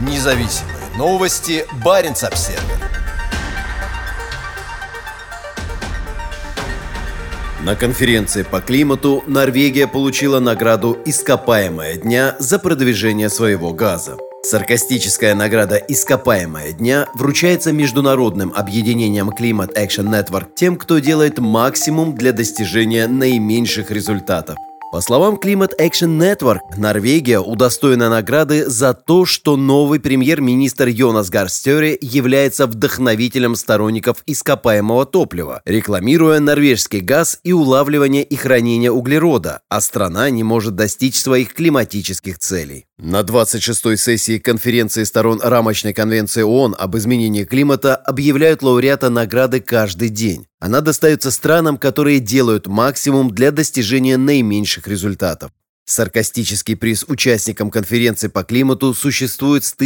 Независимые новости. Баренц-Обсервер. На конференции по климату Норвегия получила награду «Ископаемая дня» за продвижение своего газа. Саркастическая награда «Ископаемая дня» вручается международным объединением Climate Action Network тем, кто делает максимум для достижения наименьших результатов. По словам Climate Action Network, Норвегия удостоена награды за то, что новый премьер-министр Йонас Гар Стøre является вдохновителем сторонников ископаемого топлива, рекламируя норвежский газ и улавливание и хранение углерода, а страна не может достичь своих климатических целей. На 26-й сессии конференции сторон рамочной конвенции ООН об изменении климата объявляют лауреата награды каждый день. Она достается странам, которые делают максимум для достижения наименьших результатов. Саркастический приз участникам конференции по климату существует с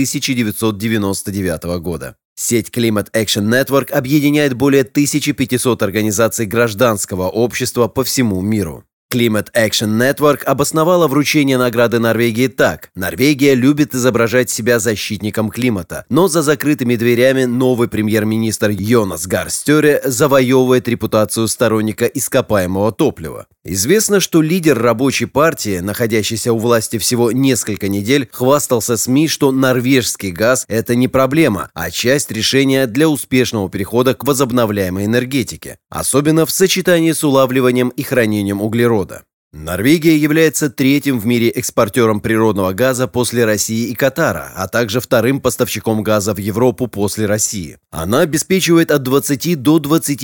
1999 года. Сеть Climate Action Network объединяет более 1500 организаций гражданского общества по всему миру. Climate Action Network обосновала вручение награды Норвегии так. Норвегия любит изображать себя защитником климата, но за закрытыми дверями новый премьер-министр Йонас Гар Стøre завоевывает репутацию сторонника ископаемого топлива. Известно, что лидер рабочей партии, находящийся у власти всего несколько недель, хвастался СМИ, что норвежский газ – это не проблема, а часть решения для успешного перехода к возобновляемой энергетике, особенно в сочетании с улавливанием и хранением углерода. Норвегия является третьим в мире экспортером природного газа после России и Катара, а также вторым поставщиком газа в Европу после России. Она обеспечивает от 20 до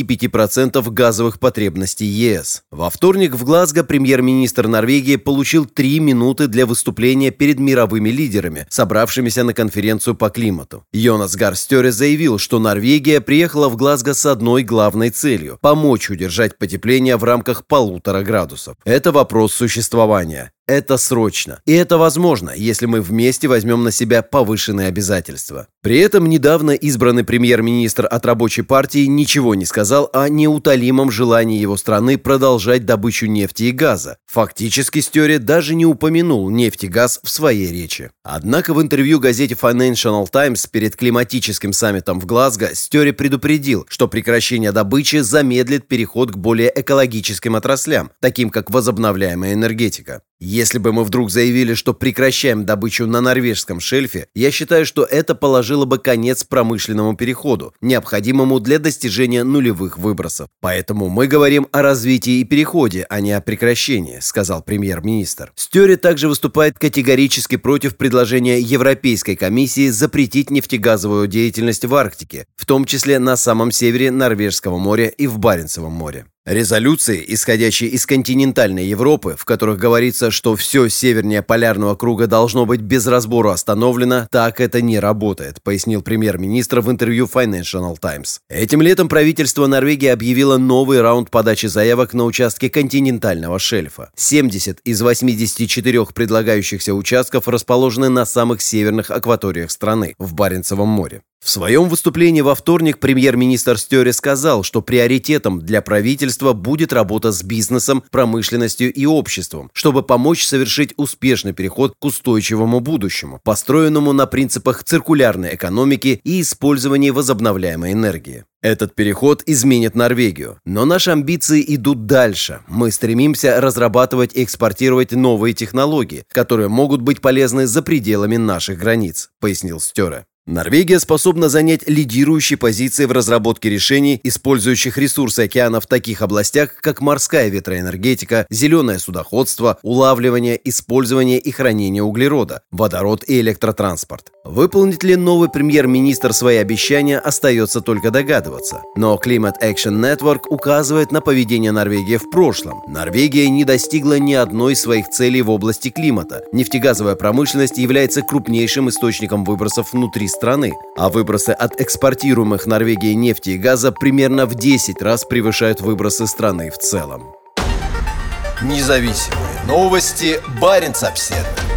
25% газовых потребностей ЕС. Во вторник в Глазго премьер-министр Норвегии получил 3 минуты для выступления перед мировыми лидерами, собравшимися на конференцию по климату. Йонас Гар Стøre заявил, что Норвегия приехала в Глазго с одной главной целью – помочь удержать потепление в рамках 1,5 градусов. Это вопрос существования. Это срочно. И это возможно, если мы вместе возьмем на себя повышенные обязательства. При этом недавно избранный премьер-министр от рабочей партии ничего не сказал о неутолимом желании его страны продолжать добычу нефти и газа. Фактически Стøre даже не упомянул нефть и газ в своей речи. Однако в интервью газете Financial Times перед климатическим саммитом в Глазго Стøre предупредил, что прекращение добычи замедлит переход к более экологическим отраслям, таким как возобновляемая энергетика. Если бы мы вдруг заявили, что прекращаем добычу на норвежском шельфе, я считаю, что это положило бы конец промышленному переходу, необходимому для достижения нулевых выбросов. Поэтому мы говорим о развитии и переходе, а не о прекращении, сказал премьер-министр. Стøre также выступает категорически против предложения Европейской комиссии запретить нефтегазовую деятельность в Арктике, в том числе на самом севере Норвежского моря и в Баренцевом море. Резолюции, исходящие из континентальной Европы, в которых говорится, что все севернее полярного круга должно быть без разбору остановлено, так это не работает, пояснил премьер-министр в интервью Financial Times. Этим летом правительство Норвегии объявило новый раунд подачи заявок на участке континентального шельфа. 70 из 84 предлагающихся участков расположены на самых северных акваториях страны, в Баренцевом море. В своем выступлении во вторник премьер-министр Стøre сказал, что приоритетом для правительства будет работа с бизнесом, промышленностью и обществом, чтобы помочь совершить успешный переход к устойчивому будущему, построенному на принципах циркулярной экономики и использования возобновляемой энергии. Этот переход изменит Норвегию. Но наши амбиции идут дальше. Мы стремимся разрабатывать и экспортировать новые технологии, которые могут быть полезны за пределами наших границ, пояснил Стøre. Норвегия способна занять лидирующие позиции в разработке решений, использующих ресурсы океана в таких областях, как морская ветроэнергетика, зеленое судоходство, улавливание, использование и хранение углерода, водород и электротранспорт. Выполнит ли новый премьер-министр свои обещания, остается только догадываться. Но Climate Action Network указывает на поведение Норвегии в прошлом. Норвегия не достигла ни одной из своих целей в области климата. Нефтегазовая промышленность является крупнейшим источником выбросов внутри страны, а выбросы от экспортируемых Норвегией нефти и газа примерно в 10 раз превышают выбросы страны в целом. Независимые новости. Баренц-Обсервер.